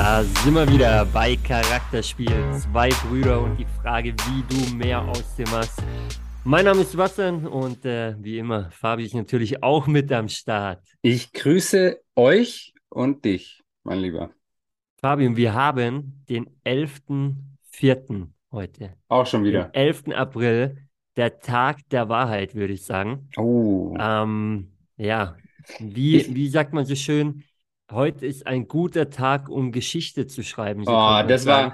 Da sind wir wieder bei Charakterspiel. Zwei Brüder und die Frage, wie du mehr aus dem hast. Mein Name ist Sebastian und wie immer, Fabi ist natürlich auch mit am Start. Ich grüße euch und dich, mein Lieber. Fabi, und wir haben den 11.04. heute. Auch schon Den wieder. 11. April, der Tag der Wahrheit, würde ich sagen. Oh. Ja, Ich, wie sagt man so schön, heute ist ein guter Tag, um Geschichte zu schreiben, so oh, könnte man sagen.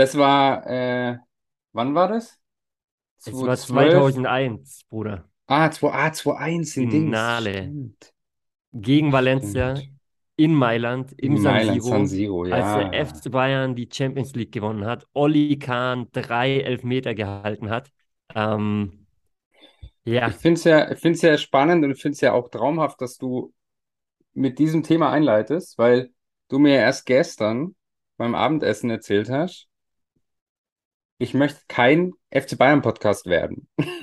wann war das? Es war 2012? 2001, Bruder. 2-1 in Dings. Finale Stimmt. gegen Valencia Stimmt. in Mailand im In San Mailand, San Siro, Siro, als der ja. FC Bayern die Champions League gewonnen hat. Olli Kahn 3 Elfmeter gehalten hat. Ähm, Ich ja, finde es ja, ich find's ja spannend und ich finde es ja auch traumhaft, dass du mit diesem Thema einleitest, weil du mir ja erst gestern beim Abendessen erzählt hast, ich möchte kein FC Bayern Podcast werden.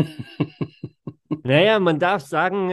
naja, man darf sagen,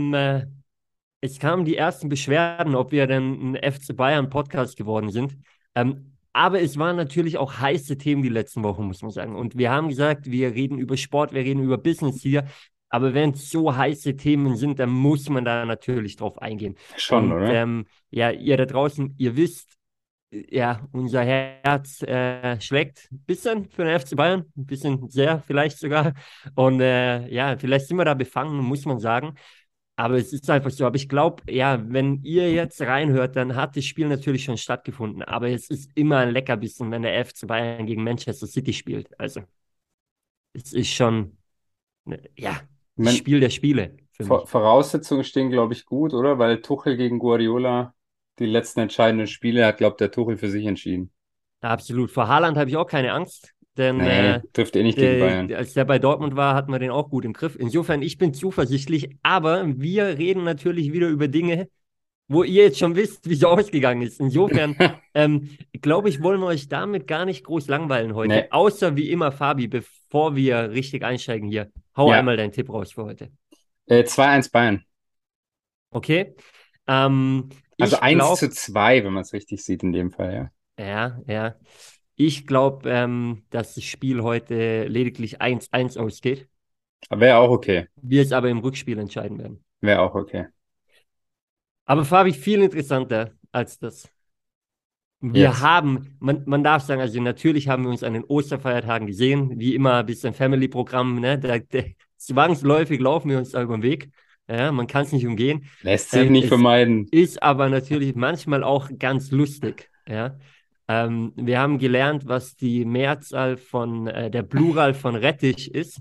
es kamen die ersten Beschwerden, ob wir denn ein FC Bayern Podcast geworden sind. Aber es waren natürlich auch heiße Themen die letzten Wochen, muss man sagen. Und wir haben gesagt, wir reden über Sport, wir reden über Business hier. Aber wenn es so heiße Themen sind, dann muss man da natürlich drauf eingehen. Schon, Und oder? ja, ihr da draußen, ihr wisst, ja, unser Herz schlägt ein bisschen für den FC Bayern, ein bisschen sehr vielleicht sogar. Und ja, vielleicht sind wir da befangen, muss man sagen. Aber es ist einfach so. Aber ich glaube, ja, wenn ihr jetzt reinhört, dann hat das Spiel natürlich schon stattgefunden. Aber es ist immer ein Leckerbissen, wenn der FC Bayern gegen Manchester City spielt. Also, es ist schon, ja, Ich das mein, Spiel der Spiele für mich. Voraussetzungen stehen, glaube ich, gut, oder? Weil Tuchel gegen Guardiola die letzten entscheidenden Spiele hat, glaubt der Tuchel für sich entschieden. Absolut. Vor Haaland habe ich auch keine Angst, denn Nee, trifft eh nicht gegen Bayern. als der bei Dortmund war, hatten wir den auch gut im Griff. Insofern, ich bin zuversichtlich. Aber wir reden natürlich wieder über Dinge, wo ihr jetzt schon wisst, wie es ausgegangen ist. Insofern, glaube ich, wollen wir euch damit gar nicht groß langweilen heute. Nee, Außer wie immer, Fabi, bevor wir richtig einsteigen hier, hau ja. einmal deinen Tipp raus für heute. 2-1 Bayern. Okay? Also Ich eins glaube, zu zwei, wenn man es richtig sieht in dem Fall, ja. ja. Ich glaube, dass das Spiel heute lediglich 1-1 ausgeht. Wäre auch okay. Wir es aber im Rückspiel entscheiden werden. Wäre auch okay. Aber Fabi, viel interessanter als das. Jetzt. Man darf sagen, also natürlich haben wir uns an den Osterfeiertagen gesehen, wie immer ein bisschen Family-Programm, ne? Zwangsläufig laufen wir uns da über den Weg. Ja, man kann es nicht umgehen. Lässt sich nicht Es vermeiden. ist aber natürlich manchmal auch ganz lustig. Ja? Wir haben gelernt, was die Mehrzahl von, der Plural von Rettich ist.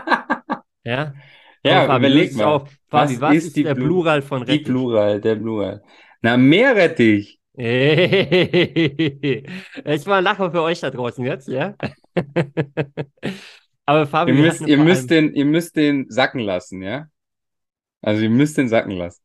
Ja? Komm, Ja, Fabi, löse überleg es mal. auf. Was Fabi, was ist ist der Plural von die Rettich? Plural, der Plural? Na, Meerrettich. Es war ein Lacher für euch da draußen jetzt, ja? Aber Fabi, wir hatten Ihr vor müsst allem, den sacken lassen, ja? Also ihr müsst den sacken lassen.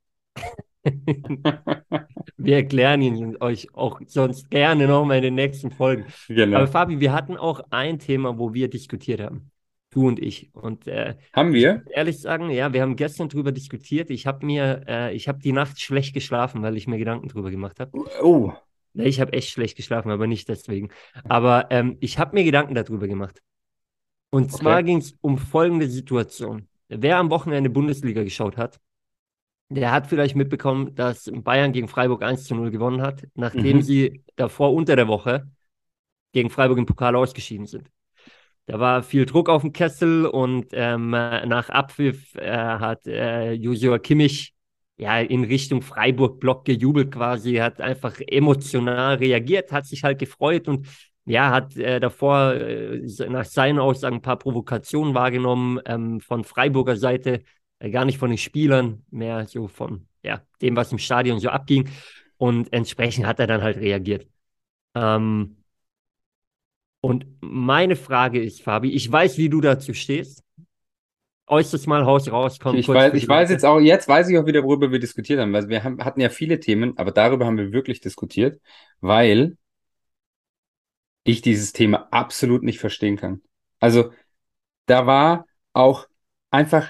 wir erklären ihn euch auch sonst gerne nochmal in den nächsten Folgen. Aber Genau. Fabi, wir hatten auch ein Thema, wo wir diskutiert haben. Du und ich. Und Haben ich wir? muss ehrlich sagen, ja, wir haben gestern drüber diskutiert. Ich habe die Nacht schlecht geschlafen, weil ich mir Gedanken drüber gemacht habe. Oh, Ja, ich habe echt schlecht geschlafen, aber nicht deswegen. Aber ich habe mir Gedanken darüber gemacht. Und zwar okay. ging es um folgende Situation. Wer am Wochenende Bundesliga geschaut hat, der hat vielleicht mitbekommen, dass Bayern gegen Freiburg 1-0 gewonnen hat, nachdem Mhm. sie davor unter der Woche gegen Freiburg im Pokal ausgeschieden sind. Da war viel Druck auf dem Kessel und nach Abpfiff hat Joshua Kimmich ja in Richtung Freiburg-Block gejubelt quasi, hat einfach emotional reagiert, hat sich halt gefreut und ja, hat davor nach seinen Aussagen ein paar Provokationen wahrgenommen von Freiburger Seite, gar nicht von den Spielern, mehr so von ja, dem, was im Stadion so abging. Und entsprechend hat er dann halt reagiert. Ähm, und meine Frage ist, Fabi, ich weiß, wie du dazu stehst. Äußerst mal Haus raus, komm kurz für Ich die weiß Leute. jetzt auch, jetzt weiß ich auch wieder, worüber wir diskutiert haben. Also hatten ja viele Themen, aber darüber haben wir wirklich diskutiert, weil ich dieses Thema absolut nicht verstehen kann. Also da war auch einfach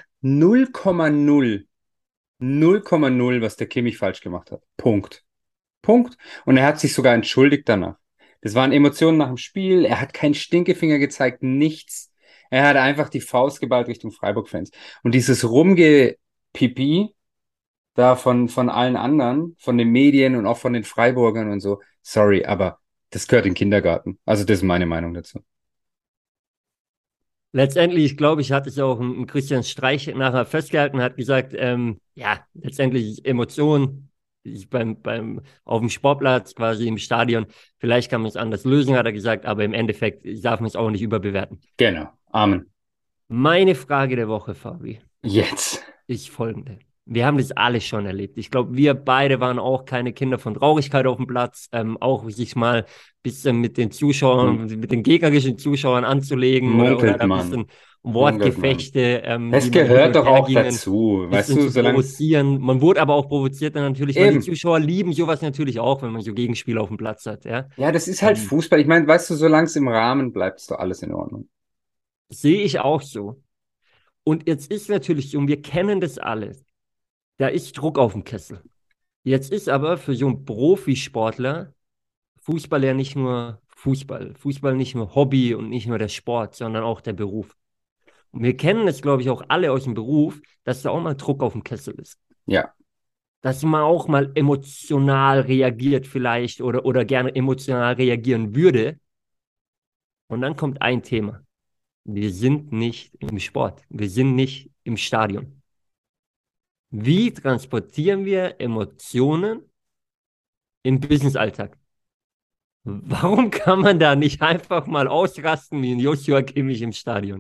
0,0, was der Kimmich falsch gemacht hat. Punkt. Punkt. Und er hat sich sogar entschuldigt danach. Das waren Emotionen nach dem Spiel. Er hat keinen Stinkefinger gezeigt, nichts. Er hat einfach die Faust geballt Richtung Freiburg-Fans. Und dieses Rumgepipi da von allen anderen, von den Medien und auch von den Freiburgern und so, sorry, aber das gehört in den Kindergarten. Also das ist meine Meinung dazu. Letztendlich, ich glaube, ich hatte es auch ein Christian Streich nachher festgehalten, hat gesagt, ja, letztendlich Emotionen auf dem Sportplatz, quasi im Stadion, vielleicht kann man es anders lösen, hat er gesagt, aber im Endeffekt darf man es auch nicht überbewerten. Genau. Amen. Meine Frage der Woche, Fabi, Jetzt. ist folgende. Wir haben das alle schon erlebt. Ich glaube, wir beide waren auch keine Kinder von Traurigkeit auf dem Platz. Auch sich mal ein bisschen mit den M- Zuschauern, mit den gegnerischen Zuschauern anzulegen oder Munkelt da ein man. bisschen Munkelt man. Wortgefechte, Das die mal hin gehört und doch her auch gingen, dazu. ein Weißt bisschen du, zu solange. provozieren. Man wurde aber auch provoziert dann natürlich, weil die Eben. Zuschauer lieben sowas natürlich auch, wenn man so Gegenspieler auf dem Platz hat. Ja? Ja, das ist halt Ähm, Fußball. Ich meine, weißt du, solange es im Rahmen bleibt, ist doch alles in Ordnung. sehe ich auch so. Und jetzt ist natürlich so, und wir kennen das alles, da ist Druck auf dem Kessel. Jetzt ist aber für so einen Profisportler Fußball ja nicht nur Fußball. Fußball nicht nur Hobby und nicht nur der Sport, sondern auch der Beruf. Und wir kennen es, glaube ich, auch alle aus dem Beruf, dass da auch mal Druck auf dem Kessel ist. Ja. Dass man auch mal emotional reagiert vielleicht oder gerne emotional reagieren würde. Und dann kommt ein Thema. Wir sind nicht im Sport. Wir sind nicht im Stadion. Wie transportieren wir Emotionen im Businessalltag? Warum kann man da nicht einfach mal ausrasten wie ein Joshua Kimmich im Stadion?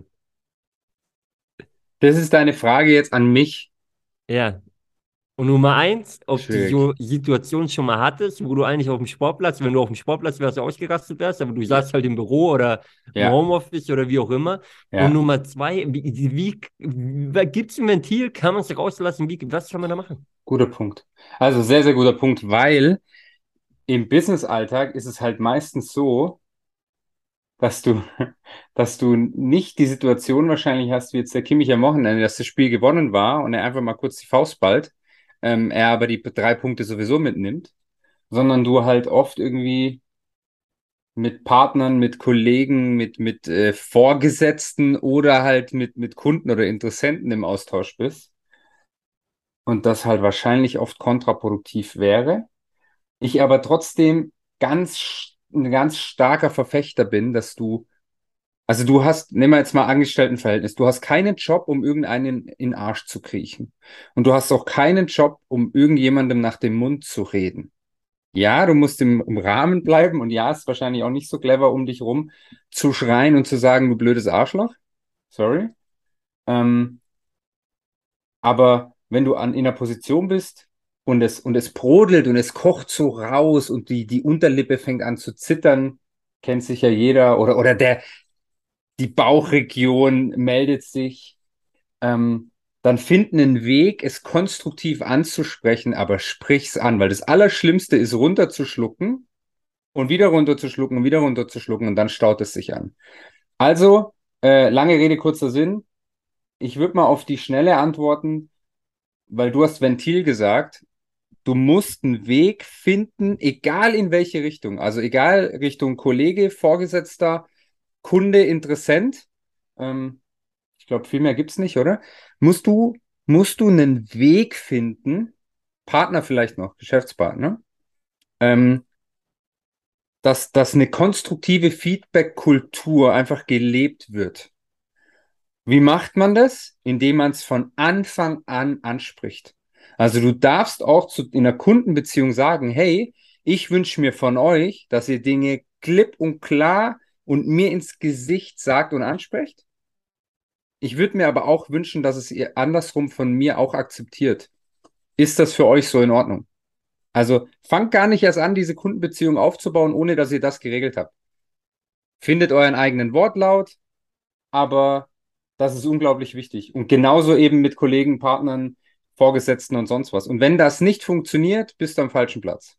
Das ist deine Frage jetzt an mich. Ja. Und Nummer eins, ob du Schwierig. so Situationen schon mal hattest, wo du eigentlich auf dem Sportplatz, wenn du auf dem Sportplatz wärst, ausgerastet wärst, aber du Ja. saßt halt im Büro oder im Ja. Homeoffice oder wie auch immer. Und Ja. Nummer zwei, gibt es ein Ventil? Kann man es rauslassen? Was kann man da machen? Guter Punkt. Also sehr, sehr guter Punkt, weil im Business-Alltag ist es halt meistens so, dass du, dass du nicht die Situation wahrscheinlich hast, wie jetzt der Kimmich am Wochenende, dass das Spiel gewonnen war und er einfach mal kurz die Faust ballt, er aber die 3 Punkte sowieso mitnimmt, sondern du halt oft irgendwie mit Partnern, mit Kollegen, mit Vorgesetzten oder halt mit Kunden oder Interessenten im Austausch bist und das halt wahrscheinlich oft kontraproduktiv wäre. Ich aber trotzdem ein ganz starker Verfechter bin, dass du, also du hast, nehmen wir jetzt mal Angestelltenverhältnis, du hast keinen Job, um irgendeinen in den Arsch zu kriechen. Und du hast auch keinen Job, um irgendjemandem nach dem Mund zu reden. Ja, du musst im Rahmen bleiben und ja, ist wahrscheinlich auch nicht so clever, um dich rum zu schreien und zu sagen, du blödes Arschloch. Sorry. Ähm, aber wenn du in einer Position bist und es brodelt und es kocht so raus und die Unterlippe fängt an zu zittern, kennt sicher jeder, oder die Bauchregion meldet sich, dann find einen Weg, es konstruktiv anzusprechen, aber sprich's an, weil das Allerschlimmste ist, runterzuschlucken und wieder runterzuschlucken und wieder runterzuschlucken und dann staut es sich an. Also, lange Rede, kurzer Sinn. Ich würde mal auf die Schnelle antworten, weil du hast Ventil gesagt. Du musst einen Weg finden, egal in welche Richtung. Also egal Richtung Kollege, Vorgesetzter, Kunde, Interessent. Ähm, ich glaube, viel mehr gibt es nicht, oder? Musst du, musst du einen Weg finden, Partner vielleicht noch, Geschäftspartner, ähm, dass eine konstruktive Feedback-Kultur einfach gelebt wird. Wie macht man das? Indem man es von Anfang an anspricht. Also du darfst auch in einer Kundenbeziehung sagen, hey, ich wünsche mir von euch, dass ihr Dinge klipp und klar und mir ins Gesicht sagt und ansprecht. Ich würde mir aber auch wünschen, dass es ihr andersrum von mir auch akzeptiert. Ist das für euch so in Ordnung? Also fangt gar nicht erst an, diese Kundenbeziehung aufzubauen, ohne dass ihr das geregelt habt. Findet euren eigenen Wortlaut, aber das ist unglaublich wichtig. Und genauso eben mit Kollegen, Partnern, Vorgesetzten und sonst was. Und wenn das nicht funktioniert, bist du am falschen Platz.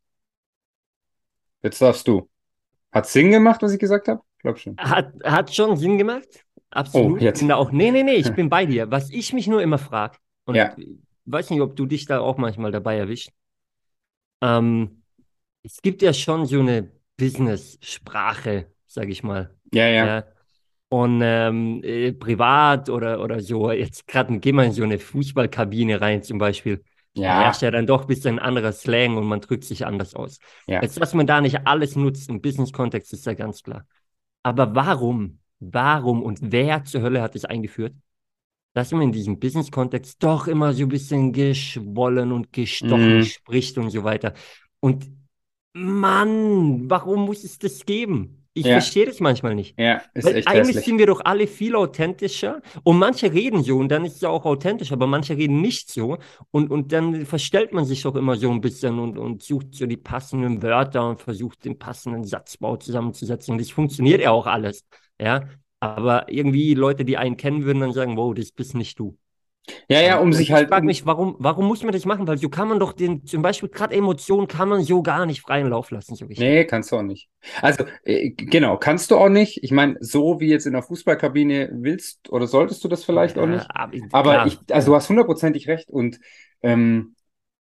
Jetzt darfst du. Hat Sinn gemacht, was ich gesagt habe? Glaub schon. Hat schon Sinn gemacht. Oh, Absolut. Bin jetzt. da auch. Nee, ich bin bei dir. Was ich mich nur immer frage, und Ja, weiß nicht, ob du dich da auch manchmal dabei erwischt. Ähm, Es gibt ja schon so eine Business-Sprache, sage ich mal. Ja, ja. Ja. Und privat oder so, jetzt gerade geh mal in so eine Fußballkabine rein zum Beispiel. Da herrscht Ja, ja dann doch ein bisschen anderer Slang und man drückt sich anders aus. ja. Jetzt, dass man da nicht alles nutzt im Business-Kontext, ist ja ganz klar. Aber warum und wer zur Hölle hat es eingeführt, dass man in diesem Business-Kontext doch immer so ein bisschen geschwollen und gestochen Mm, spricht und so weiter? Und Mann, warum muss es das geben? Ich ja, verstehe das manchmal nicht. ja, ist Weil echt eigentlich sind hässlich. wir doch alle viel authentischer und manche reden so und dann ist es ja auch authentisch, aber manche reden nicht so und dann verstellt man sich doch immer so ein bisschen und sucht so die passenden Wörter und versucht den passenden Satzbau zusammenzusetzen und das funktioniert ja auch alles, ja. Aber irgendwie Leute, die einen kennen, würden dann sagen, wow, das bist nicht du. Ja, ja, um Und sich ich halt, frage mich, warum muss man das machen? Weil so kann man doch zum Beispiel gerade Emotionen kann man so gar nicht freien Lauf lassen, so richtig. nee, kannst du auch nicht. Also, genau, kannst du auch nicht. Ich meine, so wie jetzt in der Fußballkabine willst oder solltest du das vielleicht auch nicht. Aber, Aber klar, also du klar. hast hundertprozentig recht und ähm,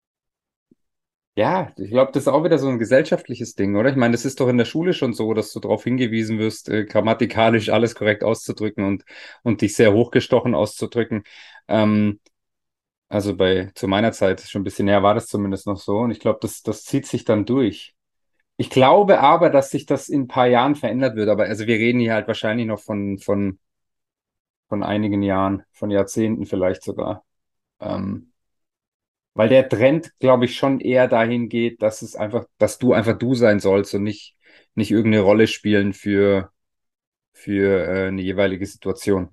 ja, ich glaube, das ist auch wieder so ein gesellschaftliches Ding, oder? Ich meine, das ist doch in der Schule schon so, dass du darauf hingewiesen wirst, grammatikalisch alles korrekt auszudrücken und dich sehr hochgestochen auszudrücken. Ähm, also zu meiner Zeit, schon ein bisschen näher war das zumindest noch so. Und ich glaube, das zieht sich dann durch. Ich glaube aber, dass sich das in ein paar Jahren verändert wird. Aber also wir reden hier halt wahrscheinlich noch von einigen Jahren, von Jahrzehnten vielleicht sogar. Ähm, Weil der Trend, glaube ich, schon eher dahin geht, dass du einfach du sein sollst und nicht irgendeine Rolle spielen für eine jeweilige Situation,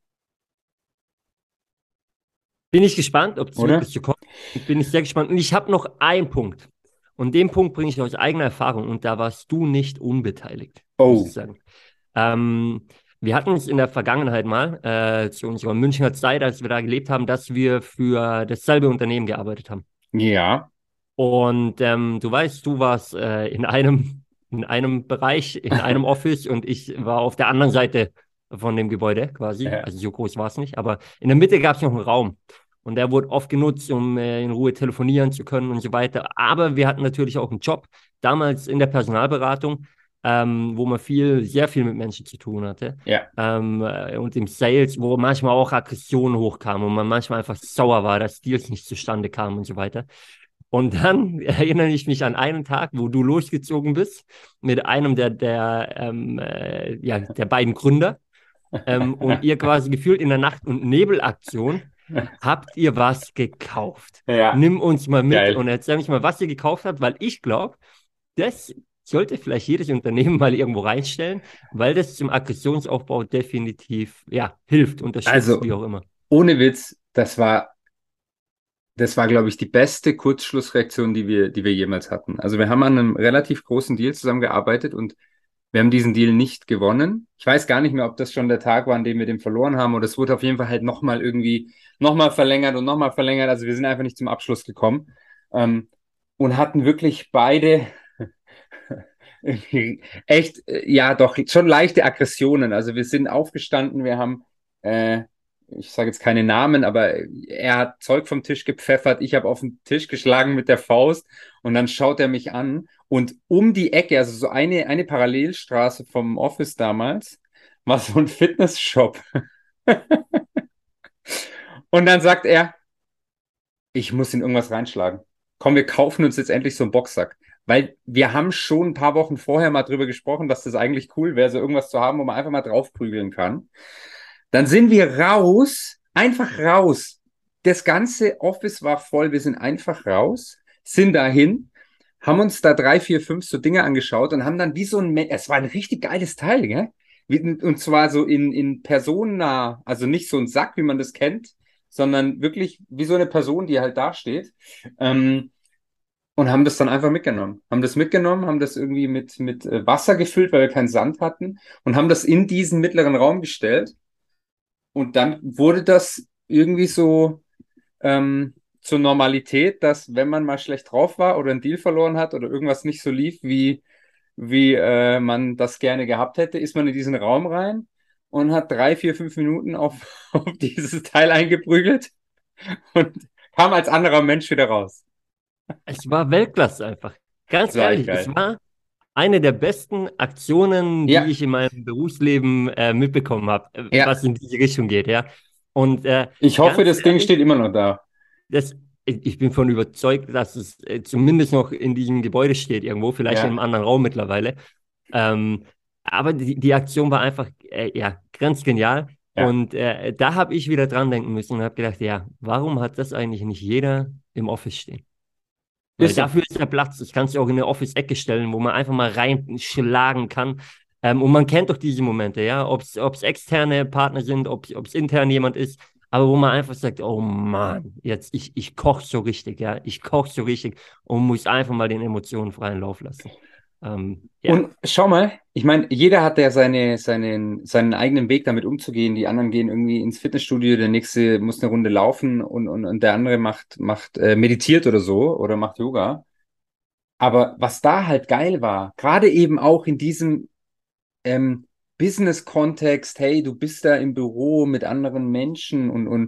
Bin ich gespannt, ob es oder? wirklich so kommt. Bin ich sehr gespannt. Und ich habe noch einen Punkt. Und den Punkt bringe ich aus eigener Erfahrung. Und da warst du nicht unbeteiligt, muss ich Oh, sagen. Wir hatten es in der Vergangenheit mal, zu unserer Münchner Zeit, als wir da gelebt haben, dass wir für dasselbe Unternehmen gearbeitet haben. ja, Und du weißt, du warst in einem Bereich, in einem Office und ich war auf der anderen Seite von dem Gebäude quasi. ja, Also so groß war es nicht, aber in der Mitte gab es noch einen Raum. Und der wurde oft genutzt, um in Ruhe telefonieren zu können und so weiter. Aber wir hatten natürlich auch einen Job, damals in der Personalberatung, wo man sehr viel mit Menschen zu tun hatte. ja. Und im Sales, wo manchmal auch Aggressionen hochkamen und man manchmal einfach sauer war, dass Deals nicht zustande kamen und so weiter. Und dann erinnere ich mich an einen Tag, wo du losgezogen bist mit einem der beiden Gründer und ihr quasi gefühlt in der Nacht- und Nebelaktion habt ihr was gekauft. Ja, Nimm uns mal mit und geil. erzähl mich mal, was ihr gekauft habt, weil ich glaube, das sollte vielleicht jedes Unternehmen mal irgendwo reinstellen, weil das zum Aggressionsaufbau definitiv, ja, hilft, unterstützt, Also, wie auch immer. ohne Witz, das war, glaube ich, die beste Kurzschlussreaktion, die wir jemals hatten. Also wir haben an einem relativ großen Deal zusammengearbeitet und wir haben diesen Deal nicht gewonnen. Ich weiß gar nicht mehr, ob das schon der Tag war, an dem wir den verloren haben, oder es wurde auf jeden Fall halt nochmal verlängert und nochmal verlängert. Also wir sind einfach nicht zum Abschluss gekommen. Ähm, und hatten wirklich beide echt, ja, doch schon leichte Aggressionen. Also wir sind aufgestanden, wir haben, äh, ich sage jetzt keine Namen, aber er hat Zeug vom Tisch gepfeffert, ich habe auf den Tisch geschlagen mit der Faust und dann schaut er mich an und um die Ecke, also so eine Parallelstraße vom Office damals, war so ein Fitnessshop. Und dann sagt er, ich muss in irgendwas reinschlagen. Komm, wir kaufen uns jetzt endlich so einen Boxsack. Weil wir haben schon ein paar Wochen vorher mal drüber gesprochen, dass das eigentlich cool wäre, so irgendwas zu haben, wo man einfach mal draufprügeln kann. Dann sind wir raus, einfach raus. Das ganze Office war voll. Wir sind einfach raus, sind dahin, haben uns da 3, 4, 5 so Dinge angeschaut und haben dann wie so es war ein richtig geiles Teil, gell? Und zwar so in personennah, also nicht so ein Sack, wie man das kennt, sondern wirklich wie so eine Person, die halt da steht. Ähm, und haben das dann einfach mitgenommen. Haben das irgendwie mit Wasser gefüllt, weil wir keinen Sand hatten und haben das in diesen mittleren Raum gestellt. Und dann wurde das irgendwie so zur Normalität, dass wenn man mal schlecht drauf war oder einen Deal verloren hat oder irgendwas nicht so lief, wie man das gerne gehabt hätte, ist man in diesen Raum rein und hat 3, 4, 5 Minuten auf dieses Teil eingeprügelt und kam als anderer Mensch wieder raus. Es war Weltklasse einfach. Das Ganz war echt ehrlich, geil. eine der besten Aktionen, die Ja, ich in meinem Berufsleben mitbekommen habe, ja. was in diese Richtung geht, ja. Und Ich hoffe, ganz das Ding ehrlich, steht immer noch da. das, ich bin von überzeugt, dass es zumindest noch in diesem Gebäude steht, irgendwo, vielleicht in einem Ja, anderen Raum mittlerweile. Ähm, aber die Aktion war einfach, ja, grenzgenial. ja. Und da habe ich wieder dran denken müssen und habe gedacht, ja, warum hat das eigentlich nicht jeder im Office stehen? Weil Ist so. dafür ist der Platz. Ich kann es ja auch in eine Office-Ecke stellen, wo man einfach mal reinschlagen kann. Und man kennt doch diese Momente, ja, ob es externe Partner sind, ob es intern jemand ist, aber wo man einfach sagt, oh Mann, jetzt ich koche so richtig, ja, ich koche so richtig und muss einfach mal den Emotionen freien Lauf lassen. Ja, Und schau mal, ich meine, jeder hat ja seinen eigenen Weg damit umzugehen. Die anderen gehen irgendwie ins Fitnessstudio, der nächste muss eine Runde laufen und der andere macht meditiert oder so oder macht Yoga. Aber was da halt geil war, gerade eben auch in diesem ähm, Business-Kontext, hey, du bist da im Büro mit anderen Menschen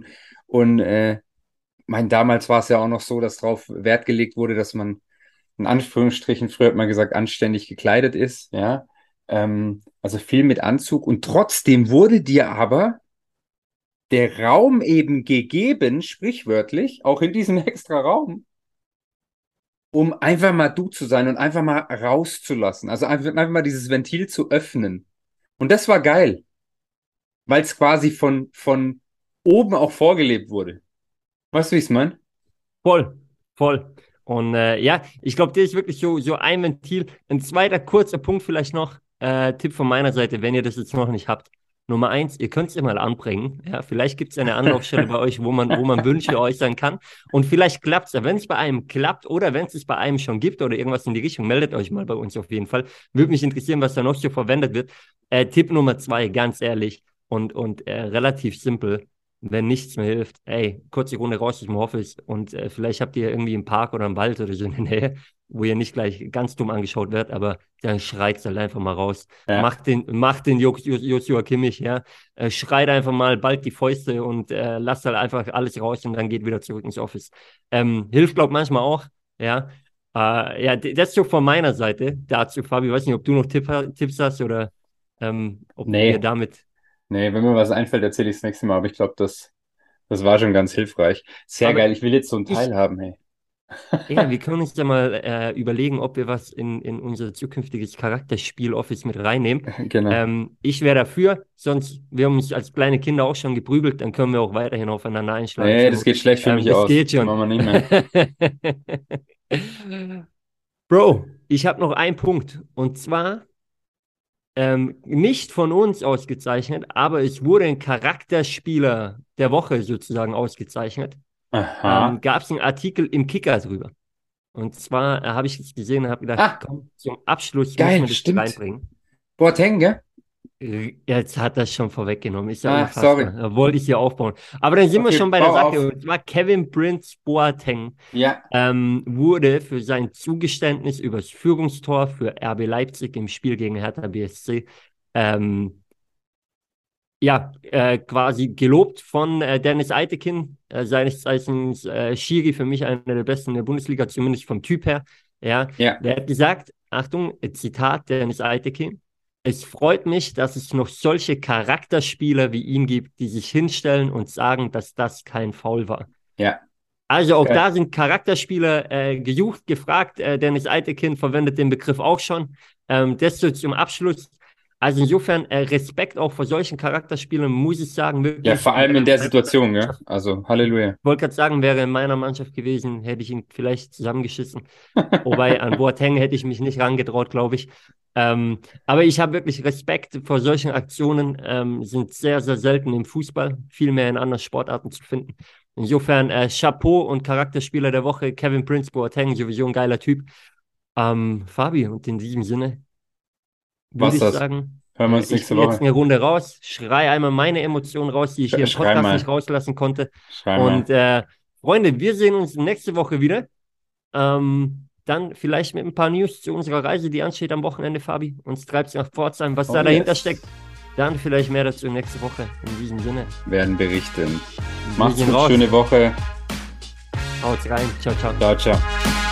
und mein, damals war es ja auch noch so, dass darauf Wert gelegt wurde, dass man in Anführungsstrichen, früher hat man gesagt, anständig gekleidet ist, ja. Also viel mit Anzug und trotzdem wurde dir aber der Raum eben gegeben, sprichwörtlich, auch in diesem extra Raum, um einfach mal du zu sein und einfach mal rauszulassen. Also einfach mal dieses Ventil zu öffnen. Und das war geil, weil es quasi von oben auch vorgelebt wurde. Weißt du, wie ich es meine? voll, voll. Und ja, ich glaube, das ist wirklich so ein Ventil. Ein zweiter kurzer Punkt vielleicht noch, Tipp von meiner Seite, wenn ihr das jetzt noch nicht habt. Nummer eins, ihr könnt es ja mal anbringen. Ja, vielleicht gibt es eine Anlaufstelle bei euch, wo man Wünsche äußern kann. Und vielleicht klappt es ja. Wenn es bei einem klappt oder wenn es bei einem schon gibt oder irgendwas in die Richtung, meldet euch mal bei uns auf jeden Fall. Würde mich interessieren, was da noch so verwendet wird. Tipp Nummer zwei, ganz ehrlich und relativ simpel. Wenn nichts mehr hilft, ey, kurze Runde raus aus dem Office und vielleicht habt ihr irgendwie einen Park oder einen Wald oder so in der Nähe, wo ihr nicht gleich ganz dumm angeschaut werdet, aber dann schreit halt einfach mal raus. Ja. Macht den Joshua Kimmich, ja. Schreit einfach mal bald die Fäuste und lasst halt einfach alles raus und dann geht wieder zurück ins Office. Hilft, glaube ich, manchmal auch, ja. Ja, das ist so von meiner Seite dazu, Fabi. Ich weiß nicht, ob du noch Tipps hast oder ob wir Nee, damit. nee, wenn mir was einfällt, erzähle ich das nächste Mal, aber ich glaube, das war schon ganz hilfreich. Sehr Aber geil, ich will jetzt so einen ich, Teil haben, hey. ja, wir können uns ja mal überlegen, ob wir was in unser zukünftiges Charakterspiel-Office mit reinnehmen. Genau. Ich wäre dafür, sonst, wir haben uns als kleine Kinder auch schon geprügelt, dann können wir auch weiterhin aufeinander einschlagen Nee, zur das Not. geht schlecht für mich Das aus. geht schon. Machen wir nicht mehr. Bro, ich habe noch einen Punkt. Und zwar nicht von uns ausgezeichnet, aber es wurde ein Charakterspieler der Woche sozusagen ausgezeichnet. Aha. Gab es einen Artikel im Kicker drüber. Und zwar habe ich es gesehen und habe gedacht, Ah, komm, zum Abschluss müssen geil, wir das hier stimmt. reinbringen. Boateng, gell? Jetzt hat das schon vorweggenommen, ist ja Ah, sorry. unfassbar. Da wollte ich hier aufbauen. Aber dann sind wir Okay, schon bei der bau Sache. auf. Und zwar Kevin Prince Boateng Ja, wurde für sein Zugeständnis übers Führungstor für RB Leipzig im Spiel gegen Hertha BSC ähm, ja, quasi gelobt von Dennis Eitekin, seines Zeichens Schiri, für mich einer der besten in der Bundesliga, zumindest vom Typ her. Ja, ja, der hat gesagt, Achtung, Zitat Dennis Eitekin, es freut mich, dass es noch solche Charakterspieler wie ihn gibt, die sich hinstellen und sagen, dass das kein Foul war. ja. Also auch Geil. da sind Charakterspieler gesucht, gefragt. Dennis Eitekin verwendet den Begriff auch schon. Das so zum Abschluss. Also insofern Respekt auch vor solchen Charakterspielern, muss ich sagen, Ja, wirklich. vor allem in Wäre der meine Situation, gell? Mannschaft, Also, Halleluja. wollte gerade sagen, wäre in meiner Mannschaft gewesen, hätte ich ihn vielleicht zusammengeschissen. Wobei an Boateng hätte ich mich nicht rangetraut, glaube ich. Aber ich habe wirklich Respekt vor solchen Aktionen, sind sehr, sehr selten im Fußball, viel mehr in anderen Sportarten zu finden. Insofern Chapeau und Charakterspieler der Woche, Kevin Prince Boateng, sowieso ein geiler Typ. Fabi, und in diesem Sinne würde Was ich das? sagen, Hören wir uns ich nächste gehe jetzt Woche. eine Runde raus, schreie einmal meine Emotionen raus, die ich hier im Schrei Podcast nicht mal. rauslassen konnte. Schrei Und mal. Freunde, wir sehen uns nächste Woche wieder. Dann vielleicht mit ein paar News zu unserer Reise, die ansteht am Wochenende, Fabi. Uns treibt es nach Pforzheim, was Oh da dahinter yes. steckt. Dann vielleicht mehr dazu nächste Woche. In diesem Sinne, Werden berichten. wir Macht's gehen gut, raus. schöne Woche. Haut rein. Ciao, ciao. Ciao, ciao.